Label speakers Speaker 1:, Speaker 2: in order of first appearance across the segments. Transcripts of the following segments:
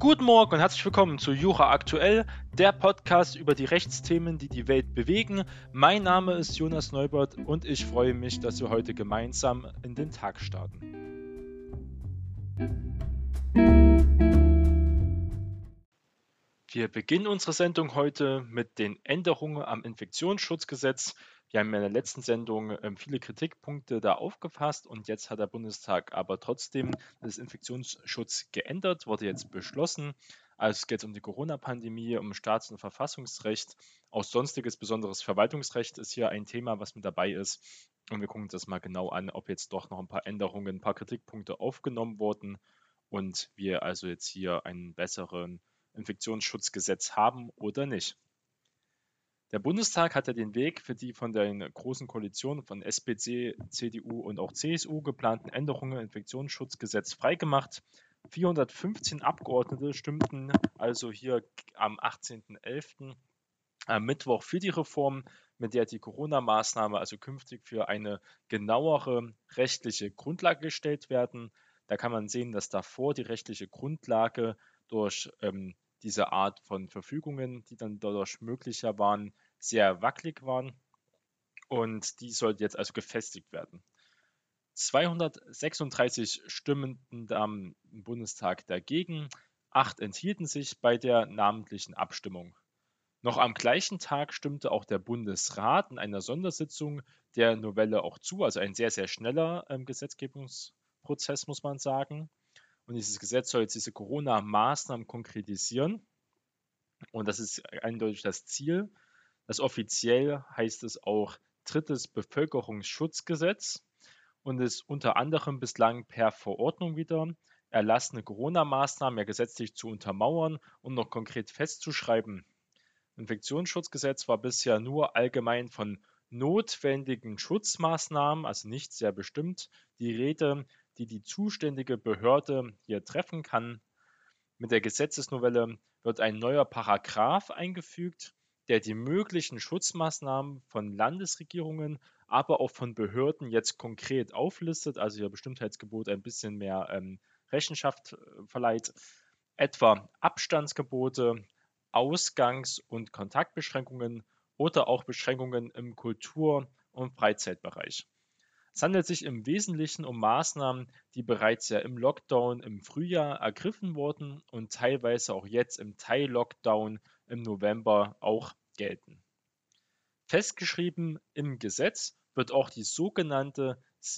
Speaker 1: Guten Morgen und herzlich willkommen zu Jura Aktuell, der Podcast über die Rechtsthemen, die die Welt bewegen. Mein Name ist Jonas Neubert und ich freue mich, dass wir heute gemeinsam in den Tag starten. Wir beginnen unsere Sendung heute mit den Änderungen am Infektionsschutzgesetz. Wir haben in der letzten Sendung viele Kritikpunkte da aufgefasst und jetzt hat der Bundestag aber trotzdem das Infektionsschutz geändert, wurde jetzt beschlossen. Also es geht um die Corona-Pandemie, um Staats- und Verfassungsrecht. Auch sonstiges besonderes Verwaltungsrecht ist hier ein Thema, was mit dabei ist. Und wir gucken uns das mal genau an, ob jetzt doch noch ein paar Änderungen, ein paar Kritikpunkte aufgenommen wurden und wir also jetzt hier einen besseren Infektionsschutzgesetz haben oder nicht. Der Bundestag hat ja den Weg für die von der großen Koalition von SPD, CDU und auch CSU geplanten Änderungen im Infektionsschutzgesetz freigemacht. 415 Abgeordnete stimmten also hier am 18.11. am Mittwoch für die Reform, mit der die Corona-Maßnahmen also künftig für eine genauere rechtliche Grundlage gestellt werden. Da kann man sehen, dass davor die rechtliche Grundlage durch diese Art von Verfügungen, die dann dadurch möglicher waren, sehr wackelig waren und die sollte jetzt also gefestigt werden. 236 stimmten am Bundestag dagegen, 8 enthielten sich bei der namentlichen Abstimmung. Noch am gleichen Tag stimmte auch der Bundesrat in einer Sondersitzung der Novelle auch zu, also ein sehr, sehr schneller Gesetzgebungsprozess, muss man sagen. Und dieses Gesetz soll jetzt diese Corona-Maßnahmen konkretisieren. Und das ist eindeutig das Ziel. Das offiziell heißt es auch drittes Bevölkerungsschutzgesetz und ist unter anderem bislang per Verordnung wieder erlassene Corona-Maßnahmen ja gesetzlich zu untermauern und noch konkret festzuschreiben. Infektionsschutzgesetz war bisher nur allgemein von notwendigen Schutzmaßnahmen, also nicht sehr bestimmt, die Rede, die die zuständige Behörde hier treffen kann. Mit der Gesetzesnovelle wird ein neuer Paragraph eingefügt, der die möglichen Schutzmaßnahmen von Landesregierungen, aber auch von Behörden jetzt konkret auflistet, also ihr Bestimmtheitsgebot ein bisschen mehr Rechenschaft verleiht, etwa Abstandsgebote, Ausgangs- und Kontaktbeschränkungen oder auch Beschränkungen im Kultur- und Freizeitbereich. Es handelt sich im Wesentlichen um Maßnahmen, die bereits ja im Lockdown im Frühjahr ergriffen wurden und teilweise auch jetzt im Teil-Lockdown im November auch gelten. Festgeschrieben im Gesetz wird auch die sogenannte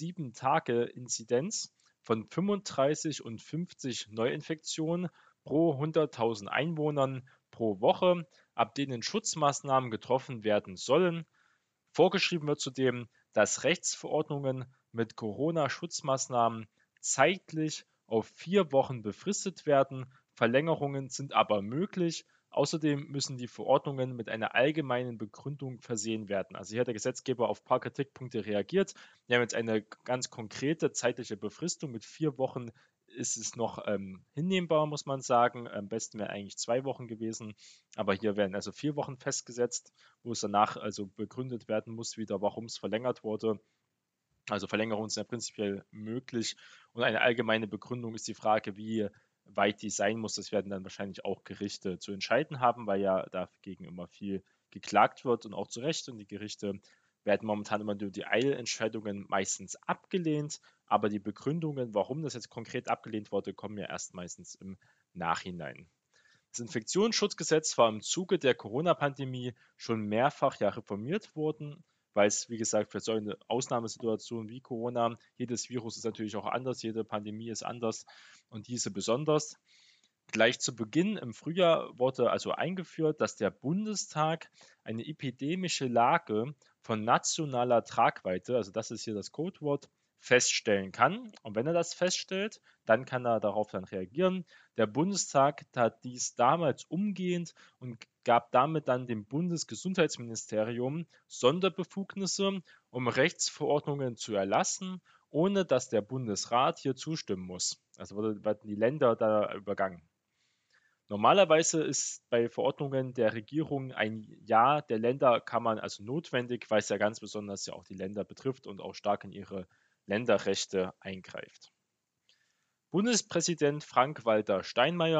Speaker 1: 7-Tage-Inzidenz von 35 und 50 Neuinfektionen pro 100.000 Einwohnern pro Woche, ab denen Schutzmaßnahmen getroffen werden sollen. Vorgeschrieben wird zudem, dass Rechtsverordnungen mit Corona-Schutzmaßnahmen zeitlich auf 4 Wochen befristet werden. Verlängerungen sind aber möglich. Außerdem müssen die Verordnungen mit einer allgemeinen Begründung versehen werden. Also hier hat der Gesetzgeber auf ein paar Kritikpunkte reagiert. Wir haben jetzt eine ganz konkrete zeitliche Befristung mit 4 Wochen. Ist es noch hinnehmbar, muss man sagen. Am besten wäre eigentlich 2 Wochen gewesen. Aber hier werden also 4 Wochen festgesetzt, wo es danach also begründet werden muss, wieder, warum es verlängert wurde. Also Verlängerungen sind ja prinzipiell möglich und eine allgemeine Begründung ist die Frage, wie weit die sein muss. Das werden dann wahrscheinlich auch Gerichte zu entscheiden haben, weil ja dagegen immer viel geklagt wird und auch zu Recht. Und die Gerichte werden momentan immer durch die Eilentscheidungen meistens abgelehnt, aber die Begründungen, warum das jetzt konkret abgelehnt wurde, kommen ja erst meistens im Nachhinein. Das Infektionsschutzgesetz war im Zuge der Corona-Pandemie schon mehrfach ja reformiert worden, weil es, wie gesagt, für so eine Ausnahmesituation wie Corona, jedes Virus ist natürlich auch anders, jede Pandemie ist anders und diese besonders. Gleich zu Beginn im Frühjahr wurde also eingeführt, dass der Bundestag eine epidemische Lage von nationaler Tragweite, also das ist hier das Codewort, feststellen kann. Und wenn er das feststellt, dann kann er darauf dann reagieren. Der Bundestag tat dies damals umgehend und gab damit dann dem Bundesgesundheitsministerium Sonderbefugnisse, um Rechtsverordnungen zu erlassen, ohne dass der Bundesrat hier zustimmen muss. Also werden die Länder da übergangen. Normalerweise ist bei Verordnungen der Regierung ein Ja der Länder kann man also notwendig, weil es ja ganz besonders ja auch die Länder betrifft und auch stark in ihre Länderrechte eingreift. Bundespräsident Frank-Walter Steinmeier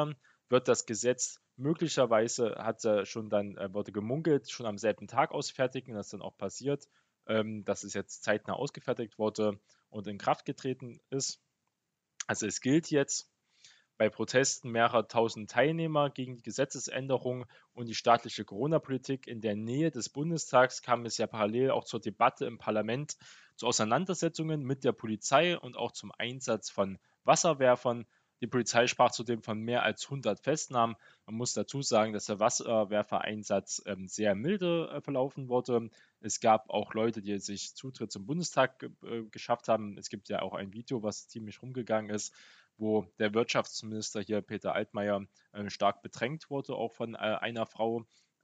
Speaker 1: wird das Gesetz möglicherweise, wurde gemunkelt, schon am selben Tag ausfertigen, das ist dann auch passiert, dass es jetzt zeitnah ausgefertigt wurde und in Kraft getreten ist. Also es gilt jetzt bei Protesten mehrerer tausend Teilnehmer gegen die Gesetzesänderung und die staatliche Corona-Politik in der Nähe des Bundestags kam es ja parallel auch zur Debatte im Parlament, zu Auseinandersetzungen mit der Polizei und auch zum Einsatz von Wasserwerfern. Die Polizei sprach zudem von mehr als 100 Festnahmen. Man muss dazu sagen, dass der Wasserwerfereinsatz sehr milde verlaufen wurde. Es gab auch Leute, die sich Zutritt zum Bundestag geschafft haben. Es gibt ja auch ein Video, was ziemlich rumgegangen ist, wo der Wirtschaftsminister hier, Peter Altmaier, stark bedrängt wurde, auch von einer Frau.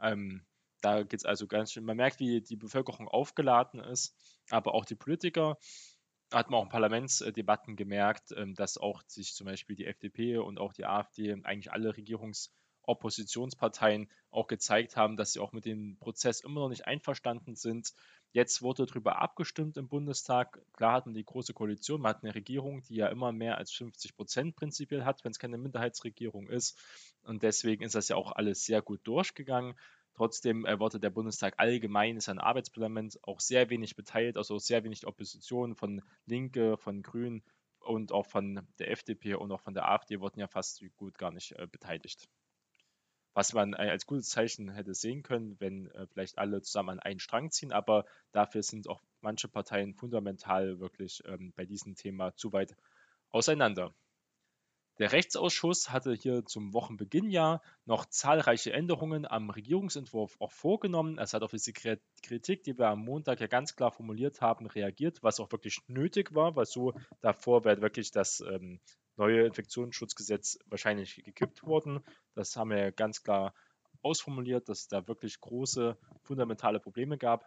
Speaker 1: Da geht es also ganz schön, man merkt, wie die Bevölkerung aufgeladen ist, aber auch die Politiker, hat man auch in Parlamentsdebatten gemerkt, dass auch sich zum Beispiel die FDP und auch die AfD, eigentlich alle Regierungsoppositionsparteien auch gezeigt haben, dass sie auch mit dem Prozess immer noch nicht einverstanden sind. Jetzt wurde darüber abgestimmt im Bundestag. Klar hat man die große Koalition, man hat eine Regierung, die ja immer mehr als 50% prinzipiell hat, wenn es keine Minderheitsregierung ist. Und deswegen ist das ja auch alles sehr gut durchgegangen. Trotzdem wurde der Bundestag allgemein, ist ein Arbeitsparlament, auch sehr wenig beteiligt, also sehr wenig Opposition von Linke, von Grünen und auch von der FDP und auch von der AfD wurden ja fast so gut gar nicht beteiligt. Was man als gutes Zeichen hätte sehen können, wenn vielleicht alle zusammen an einen Strang ziehen, aber dafür sind auch manche Parteien fundamental wirklich bei diesem Thema zu weit auseinander. Der Rechtsausschuss hatte hier zum Wochenbeginn ja noch zahlreiche Änderungen am Regierungsentwurf auch vorgenommen. Es hat auf diese Kritik, die wir am Montag ja ganz klar formuliert haben, reagiert, was auch wirklich nötig war, weil so davor wäre wirklich das neue Infektionsschutzgesetz wahrscheinlich gekippt worden. Das haben wir ja ganz klar ausformuliert, dass es da wirklich große fundamentale Probleme gab,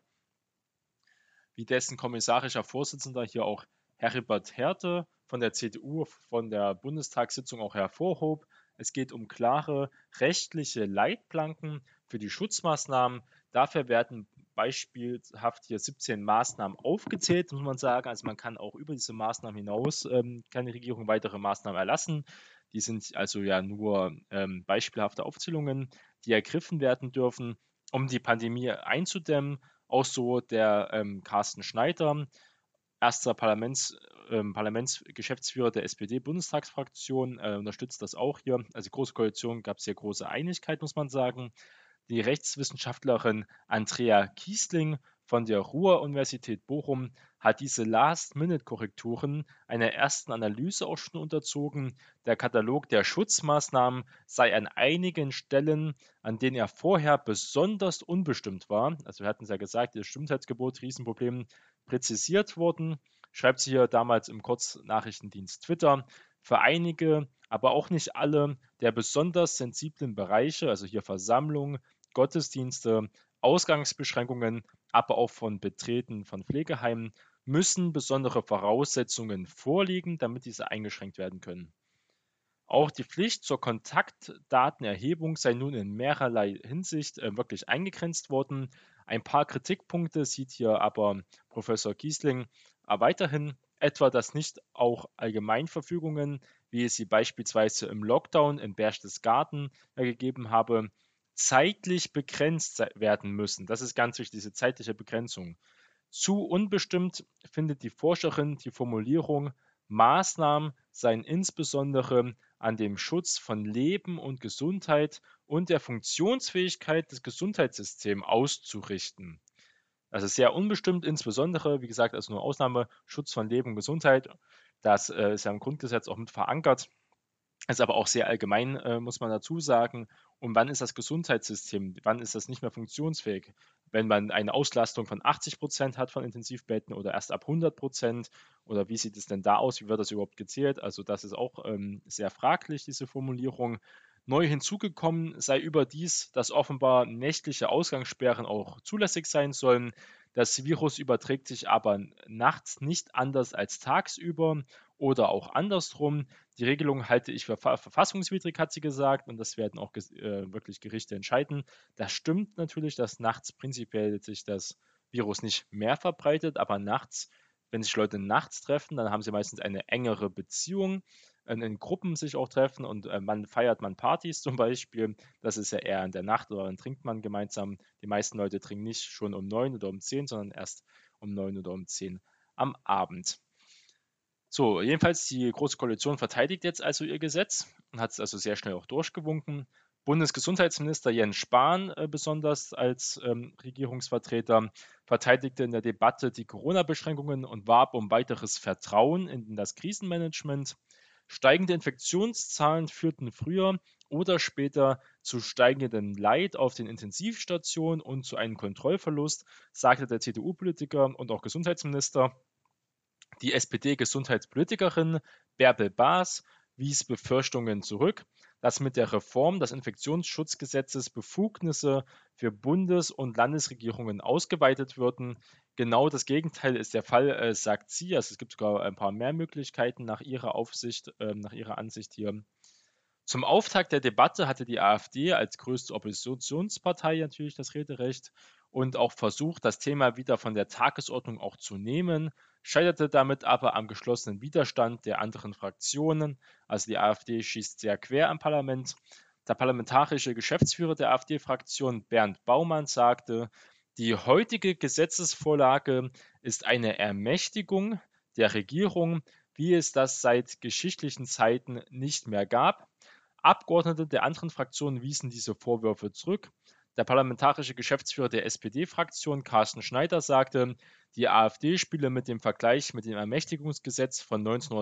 Speaker 1: wie dessen kommissarischer Vorsitzender hier auch Heribert Härte von der CDU von der Bundestagssitzung auch hervorhob. Es geht um klare rechtliche Leitplanken für die Schutzmaßnahmen. Dafür werden beispielhaft hier 17 Maßnahmen aufgezählt, muss man sagen. Also man kann auch über diese Maßnahmen hinaus, kann die Regierung weitere Maßnahmen erlassen. Die sind also ja nur beispielhafte Aufzählungen, die ergriffen werden dürfen, um die Pandemie einzudämmen. Auch so der Carsten Schneider, erster Parlamentsgeschäftsführer der SPD-Bundestagsfraktion, unterstützt das auch hier. Also Große Koalition, gab es hier große Einigkeit, muss man sagen. Die Rechtswissenschaftlerin Andrea Kiesling von der Ruhr-Universität Bochum hat diese Last-Minute-Korrekturen einer ersten Analyse auch schon unterzogen. Der Katalog der Schutzmaßnahmen sei an einigen Stellen, an denen er vorher besonders unbestimmt war, also wir hatten es ja gesagt, das Bestimmtheitsgebot, Riesenproblem, präzisiert worden, schreibt sie hier damals im Kurznachrichtendienst Twitter. Für einige, aber auch nicht alle der besonders sensiblen Bereiche, also hier Versammlungen, Gottesdienste, Ausgangsbeschränkungen, aber auch von Betreten von Pflegeheimen, müssen besondere Voraussetzungen vorliegen, damit diese eingeschränkt werden können. Auch die Pflicht zur Kontaktdatenerhebung sei nun in mehrerlei Hinsicht wirklich eingegrenzt worden. Ein paar Kritikpunkte sieht hier aber Professor Giesling weiterhin, etwa dass nicht auch Allgemeinverfügungen, wie es sie beispielsweise im Lockdown in Berchtesgaden gegeben habe, zeitlich begrenzt werden müssen. Das ist ganz wichtig, diese zeitliche Begrenzung. Zu unbestimmt findet die Forscherin die Formulierung, Maßnahmen seien insbesondere an dem Schutz von Leben und Gesundheit und der Funktionsfähigkeit des Gesundheitssystems auszurichten. Das ist sehr unbestimmt, insbesondere, wie gesagt, als nur Ausnahme, Schutz von Leben und Gesundheit. Das ist ja im Grundgesetz auch mit verankert. Ist aber auch sehr allgemein, muss man dazu sagen. Und wann ist das Gesundheitssystem, wann ist das nicht mehr funktionsfähig? Wenn man eine Auslastung von 80% hat von Intensivbetten oder erst ab 100%? Oder wie sieht es denn da aus? Wie wird das überhaupt gezählt? Also das ist auch sehr fraglich, diese Formulierung. Neu hinzugekommen sei überdies, dass offenbar nächtliche Ausgangssperren auch zulässig sein sollen. Das Virus überträgt sich aber nachts nicht anders als tagsüber oder auch andersrum. Die Regelung halte ich für verfassungswidrig, hat sie gesagt, und das werden auch wirklich Gerichte entscheiden. Das stimmt natürlich, dass nachts prinzipiell sich das Virus nicht mehr verbreitet, aber nachts, wenn sich Leute nachts treffen, dann haben sie meistens eine engere Beziehung. in Gruppen sich auch treffen und man feiert man Partys zum Beispiel. Das ist ja eher in der Nacht oder dann trinkt man gemeinsam. Die meisten Leute trinken nicht schon um 9 oder um 10, sondern erst um 9 oder um 10 am Abend. So, jedenfalls die Große Koalition verteidigt jetzt also ihr Gesetz und hat es also sehr schnell auch durchgewunken. Bundesgesundheitsminister Jens Spahn besonders als Regierungsvertreter verteidigte in der Debatte die Corona-Beschränkungen und warb um weiteres Vertrauen in das Krisenmanagement. Steigende Infektionszahlen führten früher oder später zu steigendem Leid auf den Intensivstationen und zu einem Kontrollverlust, sagte der CDU-Politiker und auch Gesundheitsminister. Die SPD-Gesundheitspolitikerin Bärbel Baas wies Befürchtungen zurück, dass mit der Reform des Infektionsschutzgesetzes Befugnisse für Bundes- und Landesregierungen ausgeweitet würden. Genau das Gegenteil ist der Fall, sagt sie. Also es gibt sogar ein paar mehr Möglichkeiten nach ihrer Aufsicht, nach ihrer Ansicht hier. Zum Auftakt der Debatte hatte die AfD als größte Oppositionspartei natürlich das Rederecht und auch versucht, das Thema wieder von der Tagesordnung auch zu nehmen, scheiterte damit aber am geschlossenen Widerstand der anderen Fraktionen. Also die AfD schießt sehr quer am Parlament. Der parlamentarische Geschäftsführer der AfD-Fraktion Bernd Baumann sagte, die heutige Gesetzesvorlage ist eine Ermächtigung der Regierung, wie es das seit geschichtlichen Zeiten nicht mehr gab. Abgeordnete der anderen Fraktionen wiesen diese Vorwürfe zurück. Der parlamentarische Geschäftsführer der SPD-Fraktion, Carsten Schneider, sagte, die AfD spiele mit dem Vergleich mit dem Ermächtigungsgesetz von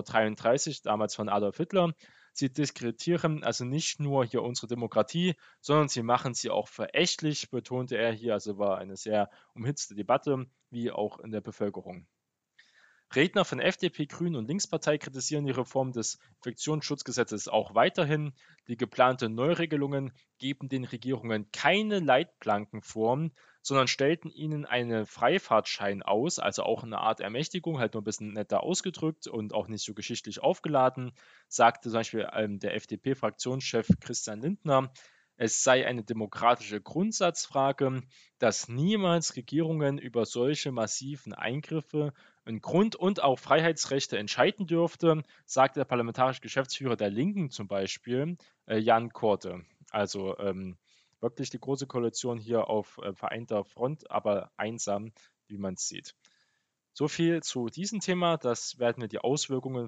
Speaker 1: 1933, damals von Adolf Hitler. Sie diskreditieren also nicht nur hier unsere Demokratie, sondern sie machen sie auch verächtlich, betonte er hier. Also war eine sehr umhitzte Debatte, wie auch in der Bevölkerung. Redner von FDP, Grünen und Linkspartei kritisieren die Reform des Infektionsschutzgesetzes auch weiterhin. Die geplanten Neuregelungen geben den Regierungen keine Leitplanken vor, sondern stellten ihnen einen Freifahrtschein aus, also auch eine Art Ermächtigung, halt nur ein bisschen netter ausgedrückt und auch nicht so geschichtlich aufgeladen, sagte zum Beispiel der FDP-Fraktionschef Christian Lindner. Es sei eine demokratische Grundsatzfrage, dass niemals Regierungen über solche massiven Eingriffe in Grund- und auch Freiheitsrechte entscheiden dürfte, sagt der parlamentarische Geschäftsführer der Linken zum Beispiel, Jan Korte. Also wirklich die große Koalition hier auf vereinter Front, aber einsam, wie man es sieht. So viel zu diesem Thema. Das werden wir die Auswirkungen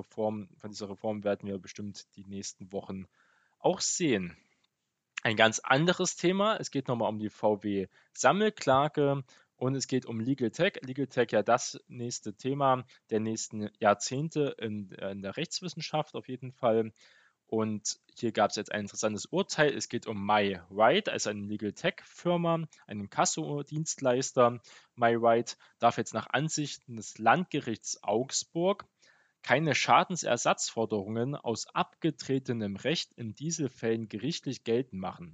Speaker 1: von dieser Reform werden wir bestimmt die nächsten Wochen auch sehen. Ein ganz anderes Thema. Es geht nochmal um die VW-Sammelklage und es geht um Legal Tech. Legal Tech ja das nächste Thema der nächsten Jahrzehnte in der Rechtswissenschaft auf jeden Fall. Und hier gab es jetzt ein interessantes Urteil. Es geht um MyRight, also eine Legal Tech-Firma, einen Kasso-Dienstleister. MyRight darf jetzt nach Ansichten des Landgerichts Augsburg keine Schadensersatzforderungen aus abgetretenem Recht in Dieselfällen gerichtlich geltend machen.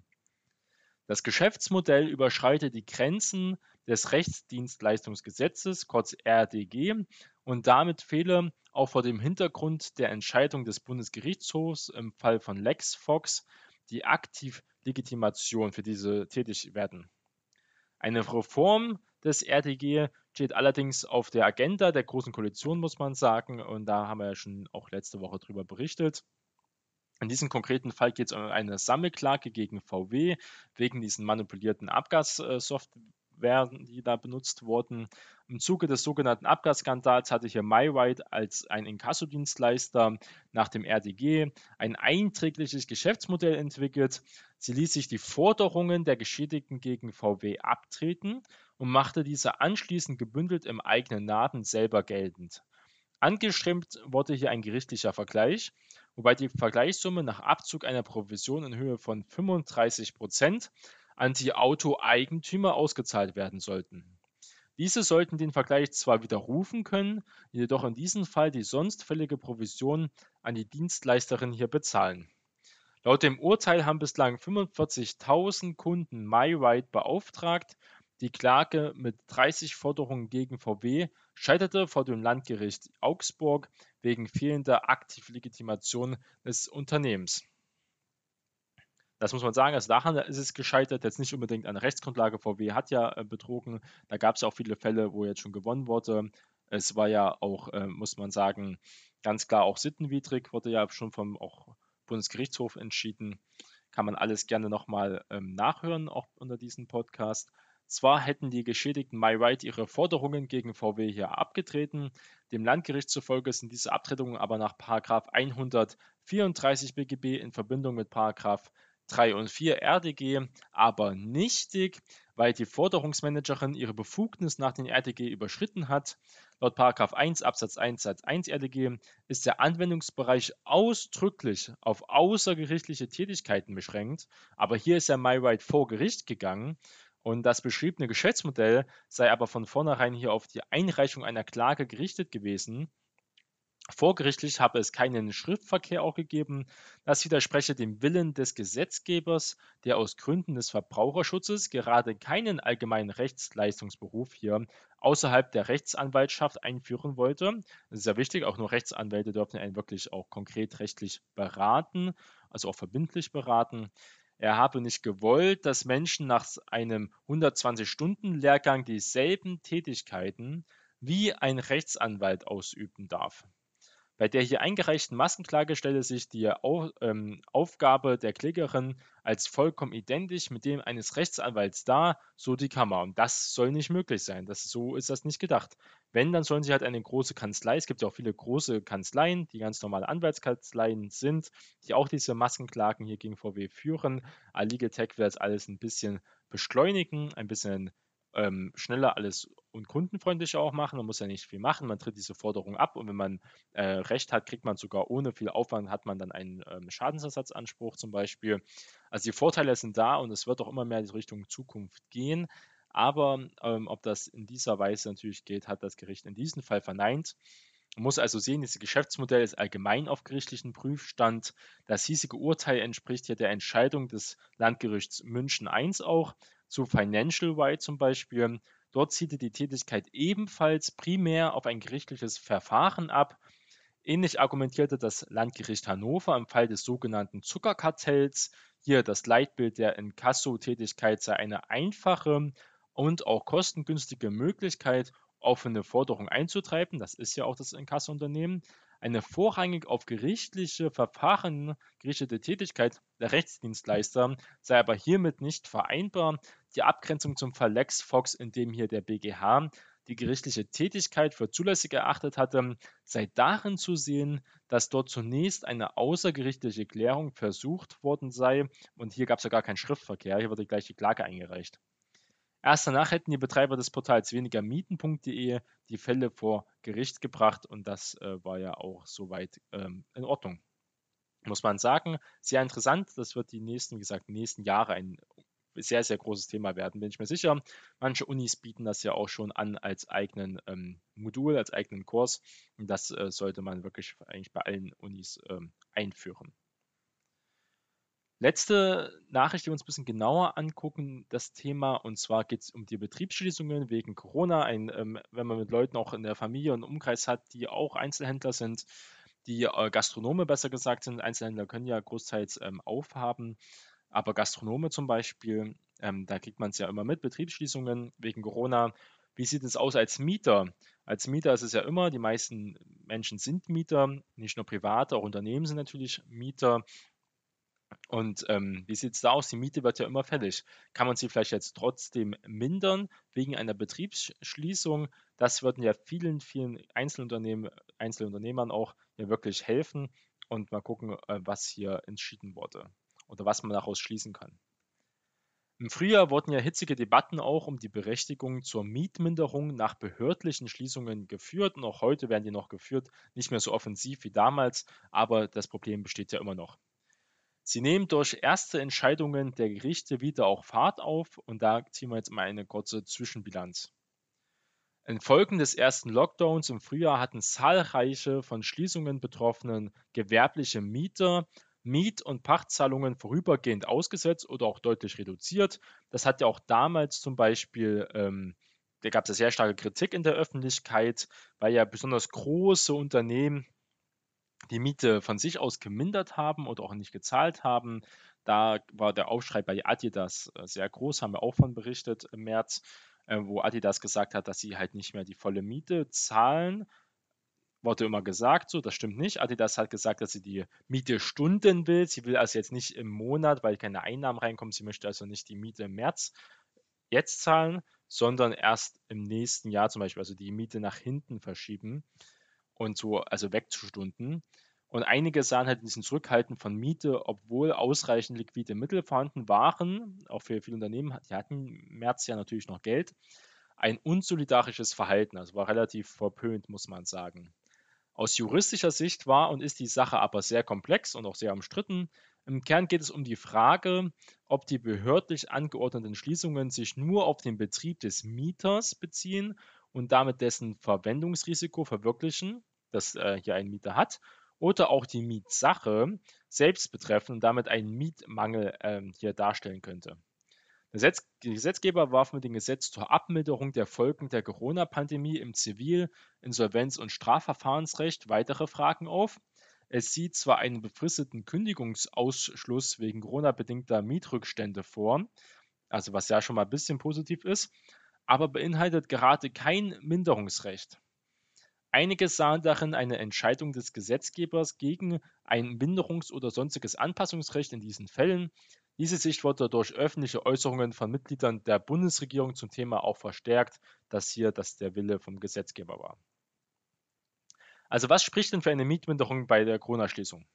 Speaker 1: Das Geschäftsmodell überschreitet die Grenzen des Rechtsdienstleistungsgesetzes, kurz RDG, und damit fehle auch vor dem Hintergrund der Entscheidung des Bundesgerichtshofs im Fall von LexFox die Aktivlegitimation für diese Tätigwerden. Eine Reform des RDG steht allerdings auf der Agenda der Großen Koalition, muss man sagen, und da haben wir ja schon auch letzte Woche drüber berichtet. In diesem konkreten Fall geht es um eine Sammelklage gegen VW wegen diesen manipulierten Abgassoftware, die da benutzt wurden. Im Zuge des sogenannten Abgasskandals hatte hier MyRide als ein Inkassodienstleister nach dem RDG ein einträgliches Geschäftsmodell entwickelt. Sie ließ sich die Forderungen der Geschädigten gegen VW abtreten und machte diese anschließend gebündelt im eigenen Namen selber geltend. Angestrebt wurde hier ein gerichtlicher Vergleich, wobei die Vergleichssumme nach Abzug einer Provision in Höhe von 35% an die Autoeigentümer ausgezahlt werden sollten. Diese sollten den Vergleich zwar widerrufen können, jedoch in diesem Fall die sonst fällige Provision an die Dienstleisterin hier bezahlen. Laut dem Urteil haben bislang 45.000 Kunden MyRide beauftragt. Die Klage mit 30 Forderungen gegen VW scheiterte vor dem Landgericht Augsburg wegen fehlender Aktivlegitimation des Unternehmens. Das muss man sagen, also daran ist es gescheitert, jetzt nicht unbedingt an der Rechtsgrundlage. VW hat ja betrogen, da gab es auch viele Fälle, wo jetzt schon gewonnen wurde. Es war ja auch, muss man sagen, ganz klar auch sittenwidrig, wurde ja schon vom auch Bundesgerichtshof entschieden. Kann man alles gerne nochmal nachhören, auch unter diesem Podcast. Zwar hätten die Geschädigten MyRight ihre Forderungen gegen VW hier abgetreten. Dem Landgericht zufolge sind diese Abtretungen aber nach § 134 BGB in Verbindung mit § 3 und 4 RDG aber nichtig, weil die Forderungsmanagerin ihre Befugnis nach den RDG überschritten hat. Laut § 1 Absatz 1 Satz 1 RDG ist der Anwendungsbereich ausdrücklich auf außergerichtliche Tätigkeiten beschränkt, aber hier ist ja MyRight vor Gericht gegangen und das beschriebene Geschäftsmodell sei aber von vornherein hier auf die Einreichung einer Klage gerichtet gewesen. Vorgerichtlich habe es keinen Schriftverkehr auch gegeben. Das widerspreche dem Willen des Gesetzgebers, der aus Gründen des Verbraucherschutzes gerade keinen allgemeinen Rechtsleistungsberuf hier außerhalb der Rechtsanwaltschaft einführen wollte. Das ist sehr wichtig, auch nur Rechtsanwälte dürfen einen wirklich auch konkret rechtlich beraten, also auch verbindlich beraten. Er habe nicht gewollt, dass Menschen nach einem 120-Stunden-Lehrgang dieselben Tätigkeiten wie ein Rechtsanwalt ausüben darf. Bei der hier eingereichten Maskenklage stelle sich die Aufgabe der Klägerin als vollkommen identisch mit dem eines Rechtsanwalts dar, so die Kammer. Und das soll nicht möglich sein. So ist das nicht gedacht. Wenn, dann sollen sie halt eine große Kanzlei, es gibt ja auch viele große Kanzleien, die ganz normale Anwaltskanzleien sind, die auch diese Maskenklagen hier gegen VW führen. Alligetech will das alles ein bisschen beschleunigen, ein bisschen schneller alles und kundenfreundlicher auch machen. Man muss ja nicht viel machen, man tritt diese Forderung ab und wenn man Recht hat, kriegt man sogar ohne viel Aufwand, hat man dann einen Schadensersatzanspruch zum Beispiel. Also die Vorteile sind da und es wird auch immer mehr in Richtung Zukunft gehen. Aber ob das in dieser Weise natürlich geht, hat das Gericht in diesem Fall verneint. Man muss also sehen, dieses Geschäftsmodell ist allgemein auf gerichtlichen Prüfstand. Das hiesige Urteil entspricht hier der Entscheidung des Landgerichts München I auch zu Financial Right zum Beispiel. Dort zielte die Tätigkeit ebenfalls primär auf ein gerichtliches Verfahren ab. Ähnlich argumentierte das Landgericht Hannover im Fall des sogenannten Zuckerkartells. Hier das Leitbild der Inkasso-Tätigkeit sei eine einfache und auch kostengünstige Möglichkeit, offene Forderungen einzutreiben. Das ist ja auch das Inkasso-Unternehmen. Eine vorrangig auf gerichtliche Verfahren gerichtete Tätigkeit der Rechtsdienstleister sei aber hiermit nicht vereinbar. Die Abgrenzung zum Fall Lex Fox, in dem hier der BGH die gerichtliche Tätigkeit für zulässig erachtet hatte, sei darin zu sehen, dass dort zunächst eine außergerichtliche Klärung versucht worden sei und hier gab es ja gar keinen Schriftverkehr, hier wurde gleich die Klage eingereicht. Erst danach hätten die Betreiber des Portals wenigermieten.de die Fälle vor Gericht gebracht und das war ja auch soweit in Ordnung. Muss man sagen, sehr interessant. Das wird die nächsten, wie gesagt, nächsten Jahre ein sehr, sehr großes Thema werden, bin ich mir sicher. Manche Unis bieten das ja auch schon an als eigenen Modul, als eigenen Kurs. Und das sollte man wirklich eigentlich bei allen Unis einführen. Letzte Nachricht, die wir uns ein bisschen genauer angucken, das Thema, und zwar geht es um die Betriebsschließungen wegen Corona. Wenn man mit Leuten auch in der Familie und Umkreis hat, die auch Einzelhändler sind, die Gastronome besser gesagt sind. Einzelhändler können ja großteils aufhaben, aber Gastronome zum Beispiel, da kriegt man es ja immer mit, Betriebsschließungen wegen Corona. Wie sieht es aus als Mieter? Als Mieter ist es ja immer, die meisten Menschen sind Mieter, nicht nur Private, auch Unternehmen sind natürlich Mieter. Und wie sieht es da aus? Die Miete wird ja immer fällig. Kann man sie vielleicht jetzt trotzdem mindern wegen einer Betriebsschließung? Das würden ja vielen, vielen Einzelunternehmern auch ja wirklich helfen. Und mal gucken, was hier entschieden wurde oder was man daraus schließen kann. Im Frühjahr wurden ja hitzige Debatten auch um die Berechtigung zur Mietminderung nach behördlichen Schließungen geführt. Und auch heute werden die noch geführt, nicht mehr so offensiv wie damals, aber das Problem besteht ja immer noch. Sie nehmen durch erste Entscheidungen der Gerichte wieder auch Fahrt auf und da ziehen wir jetzt mal eine kurze Zwischenbilanz. Infolge des ersten Lockdowns im Frühjahr hatten zahlreiche von Schließungen betroffenen gewerbliche Mieter Miet- und Pachtzahlungen vorübergehend ausgesetzt oder auch deutlich reduziert. Das hat ja auch damals zum Beispiel, da gab es ja sehr starke Kritik in der Öffentlichkeit, weil ja besonders große Unternehmen die Miete von sich aus gemindert haben oder auch nicht gezahlt haben. Da war der Aufschrei bei Adidas sehr groß, haben wir auch von berichtet im März. wo Adidas gesagt hat, dass sie halt nicht mehr die volle Miete zahlen. Wurde immer gesagt so, das stimmt nicht. Adidas hat gesagt, dass sie die Miete Stunden will. Sie will also jetzt nicht im Monat, weil keine Einnahmen reinkommen. Sie möchte also nicht die Miete im März jetzt zahlen, sondern erst im nächsten Jahr zum Beispiel, also die Miete nach hinten verschieben und so, also wegzustunden. Und einige sahen halt diesen Zurückhalten von Miete, obwohl ausreichend liquide Mittel vorhanden waren, auch für viele Unternehmen, die hatten im März ja natürlich noch Geld, ein unsolidarisches Verhalten, also war relativ verpönt, muss man sagen. Aus juristischer Sicht war und ist die Sache aber sehr komplex und auch sehr umstritten. Im Kern geht es um die Frage, ob die behördlich angeordneten Schließungen sich nur auf den Betrieb des Mieters beziehen und damit dessen Verwendungsrisiko verwirklichen, das hier ein Mieter hat, oder auch die Mietsache selbst betreffen und damit einen Mietmangel hier darstellen könnte. Der Gesetzgeber warf mit dem Gesetz zur Abmilderung der Folgen der Corona-Pandemie im Zivil-, Insolvenz- und Strafverfahrensrecht weitere Fragen auf. Es sieht zwar einen befristeten Kündigungsausschluss wegen Corona-bedingter Mietrückstände vor, also was ja schon mal ein bisschen positiv ist, aber beinhaltet gerade kein Minderungsrecht. Einige sahen darin eine Entscheidung des Gesetzgebers gegen ein Minderungs- oder sonstiges Anpassungsrecht in diesen Fällen. Diese Sicht wurde durch öffentliche Äußerungen von Mitgliedern der Bundesregierung zum Thema auch verstärkt, dass hier das der Wille vom Gesetzgeber war. Also was spricht denn für eine Mietminderung bei der Corona-Schließung?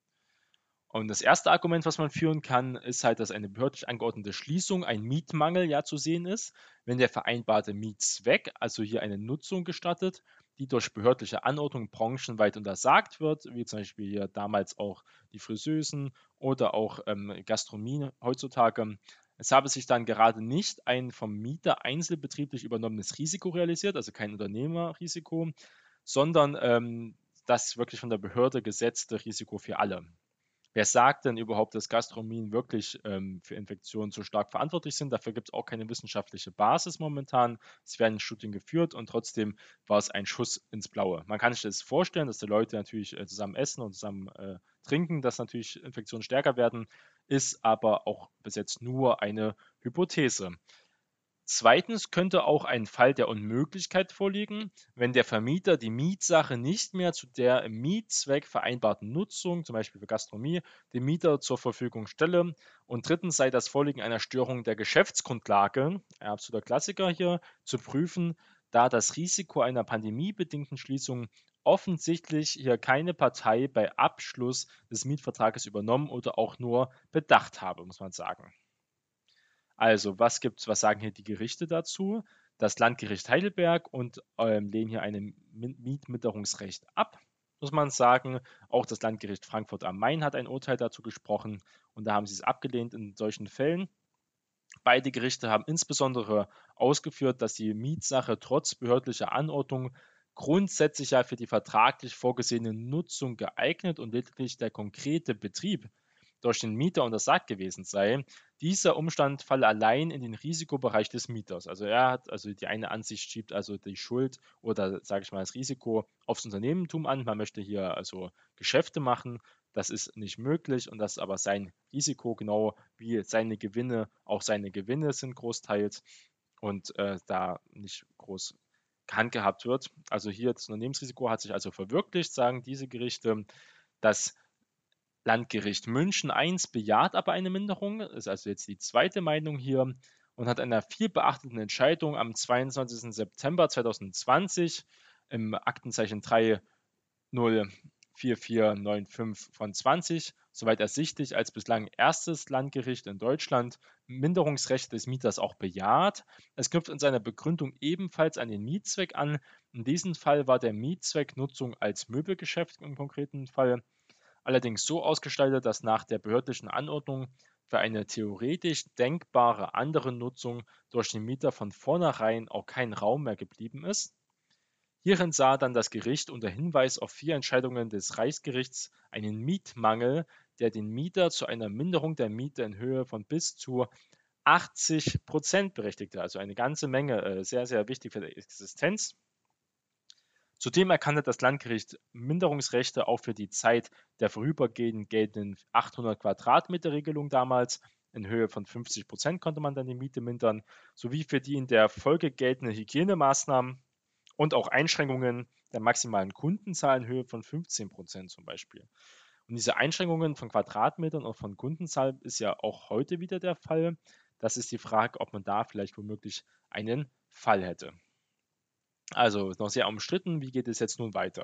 Speaker 1: Und das erste Argument, was man führen kann, ist halt, dass eine behördlich angeordnete Schließung ein Mietmangel ja zu sehen ist, wenn der vereinbarte Mietzweck, also hier eine Nutzung gestattet, die durch behördliche Anordnung branchenweit untersagt wird, wie zum Beispiel hier damals auch die Friseusen oder auch Gastronomie heutzutage. Es habe sich dann gerade nicht ein vom Mieter einzelbetrieblich übernommenes Risiko realisiert, also kein Unternehmerrisiko, sondern das wirklich von der Behörde gesetzte Risiko für alle. Wer sagt denn überhaupt, dass Gastronomien wirklich für Infektionen so stark verantwortlich sind? Dafür gibt es auch keine wissenschaftliche Basis momentan. Es werden Studien geführt und trotzdem war es ein Schuss ins Blaue. Man kann sich das vorstellen, dass die Leute natürlich zusammen essen und zusammen trinken, dass natürlich Infektionen stärker werden, ist aber auch bis jetzt nur eine Hypothese. Zweitens könnte auch ein Fall der Unmöglichkeit vorliegen, wenn der Vermieter die Mietsache nicht mehr zu der im Mietzweck vereinbarten Nutzung, zum Beispiel für Gastronomie, dem Mieter zur Verfügung stelle. Und drittens sei das Vorliegen einer Störung der Geschäftsgrundlage, ein absoluter Klassiker hier, zu prüfen, da das Risiko einer pandemiebedingten Schließung offensichtlich hier keine Partei bei Abschluss des Mietvertrages übernommen oder auch nur bedacht habe, muss man sagen. Also, was sagen hier die Gerichte dazu? Das Landgericht Heidelberg und lehnen hier ein Mietminderungsrecht ab, muss man sagen. Auch das Landgericht Frankfurt am Main hat ein Urteil dazu gesprochen und da haben sie es abgelehnt in solchen Fällen. Beide Gerichte haben insbesondere ausgeführt, dass die Mietsache trotz behördlicher Anordnung grundsätzlich ja für die vertraglich vorgesehene Nutzung geeignet und lediglich der konkrete Betrieb durch den Mieter untersagt gewesen sei. Dieser Umstand falle allein in den Risikobereich des Mieters. Also die eine Ansicht schiebt also die Schuld oder sage ich mal das Risiko aufs Unternehmertum an. Man möchte hier also Geschäfte machen. Das ist nicht möglich und das ist aber sein Risiko, genau wie seine Gewinne auch seine Gewinne sind großteils und da nicht groß gehandhabt wird. Also hier das Unternehmensrisiko hat sich also verwirklicht, sagen diese Gerichte. Das Landgericht München I bejaht aber eine Minderung, ist also jetzt die zweite Meinung hier und hat einer vielbeachteten Entscheidung am 22. September 2020 im Aktenzeichen 304495 von 20, soweit ersichtlich, als bislang erstes Landgericht in Deutschland Minderungsrechte des Mieters auch bejaht. Es knüpft in seiner Begründung ebenfalls an den Mietzweck an. In diesem Fall war der Mietzweck Nutzung als Möbelgeschäft im konkreten Fall allerdings so ausgestaltet, dass nach der behördlichen Anordnung für eine theoretisch denkbare andere Nutzung durch den Mieter von vornherein auch kein Raum mehr geblieben ist. Hierin sah dann das Gericht unter Hinweis auf 4 Entscheidungen des Reichsgerichts einen Mietmangel, der den Mieter zu einer Minderung der Miete in Höhe von bis zu 80% berechtigte. Also eine ganze Menge, sehr, sehr wichtig für die Existenz. Zudem erkannte das Landgericht Minderungsrechte auch für die Zeit der vorübergehend geltenden 800 Quadratmeter Regelung damals in Höhe von 50% konnte man dann die Miete mindern, sowie für die in der Folge geltenden Hygienemaßnahmen und auch Einschränkungen der maximalen Kundenzahl in Höhe von 15% zum Beispiel. Und diese Einschränkungen von Quadratmetern und von Kundenzahl ist ja auch heute wieder der Fall. Das ist die Frage, ob man da vielleicht womöglich einen Fall hätte. Also ist noch sehr umstritten, wie geht es jetzt nun weiter?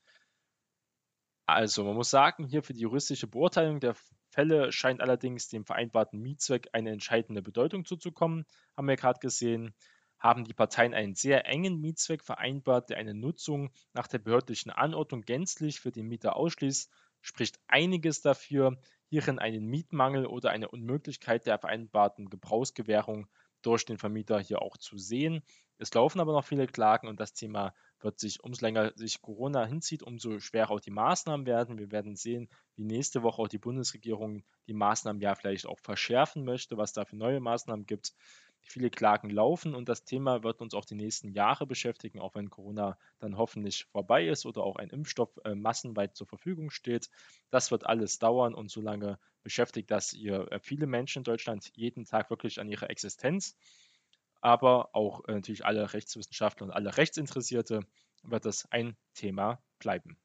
Speaker 1: Also man muss sagen, hier für die juristische Beurteilung der Fälle scheint allerdings dem vereinbarten Mietzweck eine entscheidende Bedeutung zuzukommen, haben wir gerade gesehen. Haben die Parteien einen sehr engen Mietzweck vereinbart, der eine Nutzung nach der behördlichen Anordnung gänzlich für den Mieter ausschließt, spricht einiges dafür, hierin einen Mietmangel oder eine Unmöglichkeit der vereinbarten Gebrauchsgewährung durch den Vermieter hier auch zu sehen. Es laufen aber noch viele Klagen und das Thema wird sich, umso länger sich Corona hinzieht, umso schwerer auch die Maßnahmen werden. Wir werden sehen, wie nächste Woche auch die Bundesregierung die Maßnahmen ja vielleicht auch verschärfen möchte, was da für neue Maßnahmen gibt. Viele Klagen laufen und das Thema wird uns auch die nächsten Jahre beschäftigen, auch wenn Corona dann hoffentlich vorbei ist oder auch ein Impfstoff massenweit zur Verfügung steht. Das wird alles dauern und solange beschäftigt das hier viele Menschen in Deutschland jeden Tag wirklich an ihrer Existenz, aber auch natürlich alle Rechtswissenschaftler und alle Rechtsinteressierte wird das ein Thema bleiben.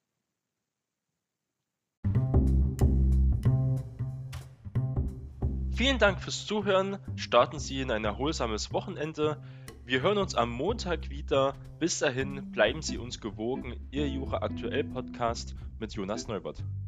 Speaker 1: Vielen Dank fürs Zuhören. Starten Sie in ein erholsames Wochenende. Wir hören uns am Montag wieder. Bis dahin bleiben Sie uns gewogen. Ihr Jura Aktuell Podcast mit Jonas Neubert.